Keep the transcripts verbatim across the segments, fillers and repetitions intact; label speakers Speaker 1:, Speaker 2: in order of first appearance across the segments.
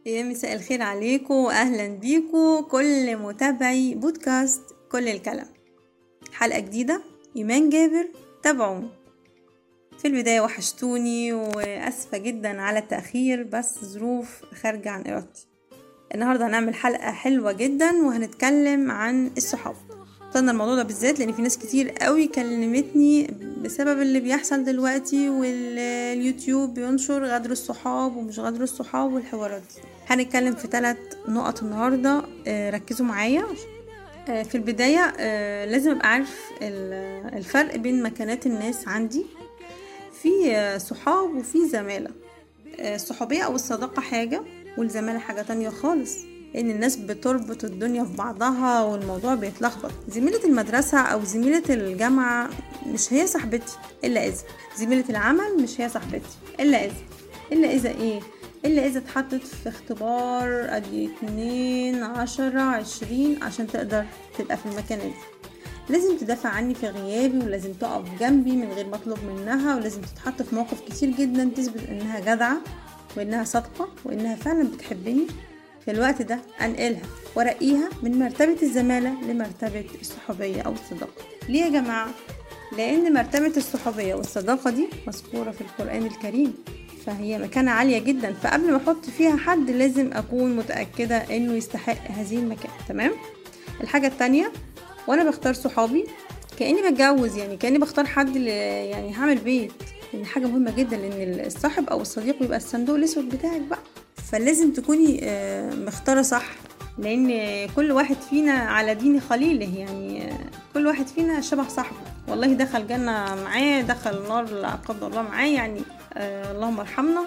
Speaker 1: يا مساء الخير عليكم واهلا بيكم كل متابعي بودكاست كل الكلام. حلقة جديدة إيمان جابر، تابعوني. في البداية وحشتوني واسفة جدا على التأخير، بس ظروف خارجة عن ارادتي. النهاردة هنعمل حلقة حلوة جدا وهنتكلم عن الصحاب. اخترنا الموضوع ده بالذات لان في ناس كتير قوي كلمتني بسبب اللي بيحصل دلوقتي، واليوتيوب بينشر غدر الصحاب ومش غدر الصحاب والحوارات دي. هنتكلم في ثلاث نقط النهاردة، ركزوا معايا. في البداية لازم ابقى عارف الفرق بين مكانات الناس عندي. في صحاب وفي زمالة. الصحوبية او الصداقة حاجة والزمالة حاجة تانية خالص، لان الناس بتربط الدنيا في بعضها والموضوع بيتلخبط. زميلة المدرسة او زميلة الجامعة مش هي صاحبتي الا اذا، زميلة العمل مش هي صاحبتي الا اذا الا اذا ايه الا اذا اتحطت في اختبار ادي اتنين عشرة عشرين عشان تقدر تبقى في المكانة دي. لازم تدافع عني في غيابي، ولازم تقف جنبي من غير ما اطلب منها، ولازم تتحط في موقف كتير جدا تثبت انها جدعة وانها صادقة وانها فعلا بتحبني. في الوقت ده انقلها ورقيها من مرتبة الزمالة لمرتبة الصحوبية او الصداقة. ليه يا جماعة؟ لان مرتبة الصحوبية والصداقة دي مذكورة في القرآن الكريم، فهي مكانة عالية جدا. فقبل ما احط فيها حد لازم اكون متأكدة انه يستحق هذه المكان. تمام. الحاجة التانية، وانا بختار صحابي كأني بتجوز، يعني كأني بختار حد يعني هعمل بيت. يعني حاجة مهمة جدا ان الصاحب او الصديق يبقى الصندوق الاسود بتاعك بقى، فلازم تكوني مختارة صح، لان كل واحد فينا على دين خليله. يعني كل واحد فينا شبه صاحبه، والله دخل جنة معاه دخل نار لا قدر الله معاه، يعني آه اللهم ارحمنا.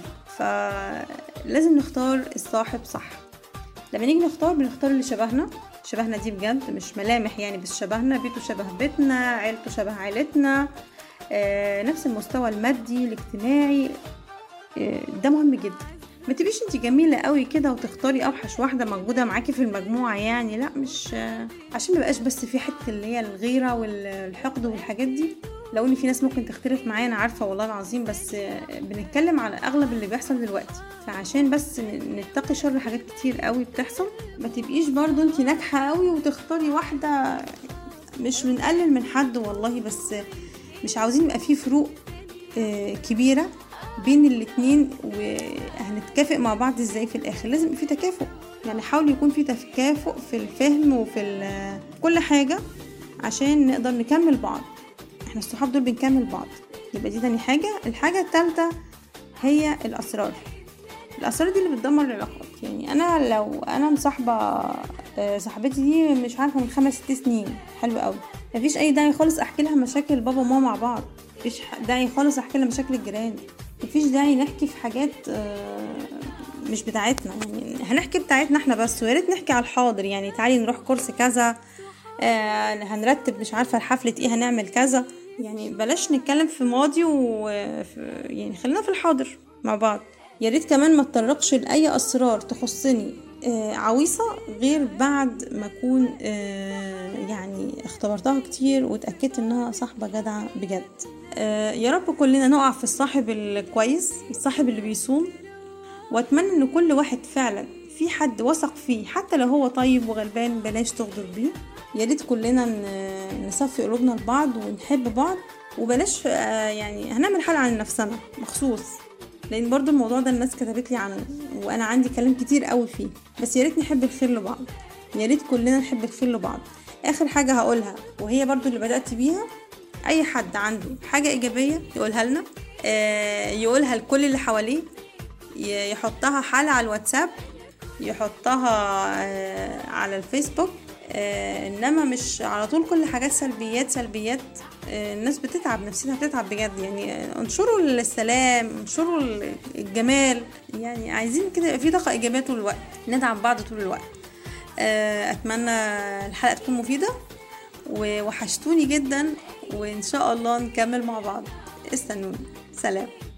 Speaker 1: فلازم نختار الصاحب صح. لما نيجي نختار بنختار اللي شبهنا. شبهنا دي بجد مش ملامح يعني، بس شبهنا، بيته شبه بيتنا، عيلته شبه عيلتنا، آه نفس المستوى المادي الاجتماعي. آه ده مهم جدا. ما تبقيش انتي جميلة قوي كده وتختاري اوحش واحدة موجودة معاكي في المجموعة، يعني لا، مش عشان ما بقاش بس في حتة اللي هي الغيرة والحقد والحاجات دي. لو ان في ناس ممكن تختلف معايا انا عارفة والله العظيم، بس بنتكلم على اغلب اللي بيحصل دلوقتي. فعشان بس نتقي شر حاجات كتير قوي بتحصل، ما تبقيش برضو انتي ناجحة قوي وتختاري واحدة. مش بنقلل من حد والله، بس مش عاوزين يبقى فيه فروق كبيرة بين الاتنين، وهنتكافئ مع بعض ازاي في الاخر. لازم يبقى في تكافؤ، يعني حاول يكون في تكافؤ في الفهم وفي كل حاجة عشان نقدر نكمل بعض. احنا الصحاب دول بنكمل بعض. يبقى دي تاني حاجة. الحاجة الثالثة هي الاسرار. الاسرار دي اللي بتدمر العلاقات. يعني انا لو انا مصاحبة صاحبتي دي مش عارفة من خمس ست سنين، حلو قوي، مفيش اي داعي خالص احكي لها مشاكل بابا وماما مع بعض، مفيش داعي خالص احكي لها مشاكل الجيران، مفيش داعي نحكي في حاجات مش بتاعتنا. يعني هنحكي بتاعتنا احنا بس، وياريت نحكي على الحاضر. يعني تعالي نروح كورس كذا، هنرتب مش عارفة الحفلة ايه، هنعمل كذا. يعني بلاش نتكلم في ماضي و يعني خلينا في الحاضر مع بعض. ياريت كمان ما تطرقش لأي أسرار تخصني عويصة غير بعد ما اكون يعني اختبرتها كتير واتأكدت انها صاحبة جدعة بجد. يا رب كلنا نقع في الصاحب الكويس، الصاحب اللي بيصون. واتمنى ان كل واحد فعلا في حد وثق فيه حتى لو هو طيب وغلبان بلاش تغدر بيه. يا ريت كلنا نصفي قلوبنا لبعض ونحب بعض، وبلاش يعني هنعمل حلقة عن نفسنا مخصوص، لان برضو الموضوع ده الناس كتبت لي عنه وانا عندي كلام كتير قوي فيه. بس يا ريت نحب الخير لبعض، يا ريت كلنا نحب الخير لبعض. اخر حاجة هقولها وهي برضو اللي بدأت بيها، اي حد عنده حاجة ايجابية يقولها لنا، آه يقولها لكل اللي حواليه، يحطها حالة على الواتساب، يحطها آه على الفيسبوك، آه انما مش على طول كل حاجات سلبيات سلبيات. آه الناس بتتعب، نفسها بتتعب بجد. يعني آه انشروا السلام، انشروا الجمال. يعني عايزين كده يبقى في طاقة ايجابية طول الوقت، ندعم بعض طول الوقت. آه اتمنى الحلقة تكون مفيدة، ووحشتوني جدا، وان شاء الله نكمل مع بعض. استنوني. سلام.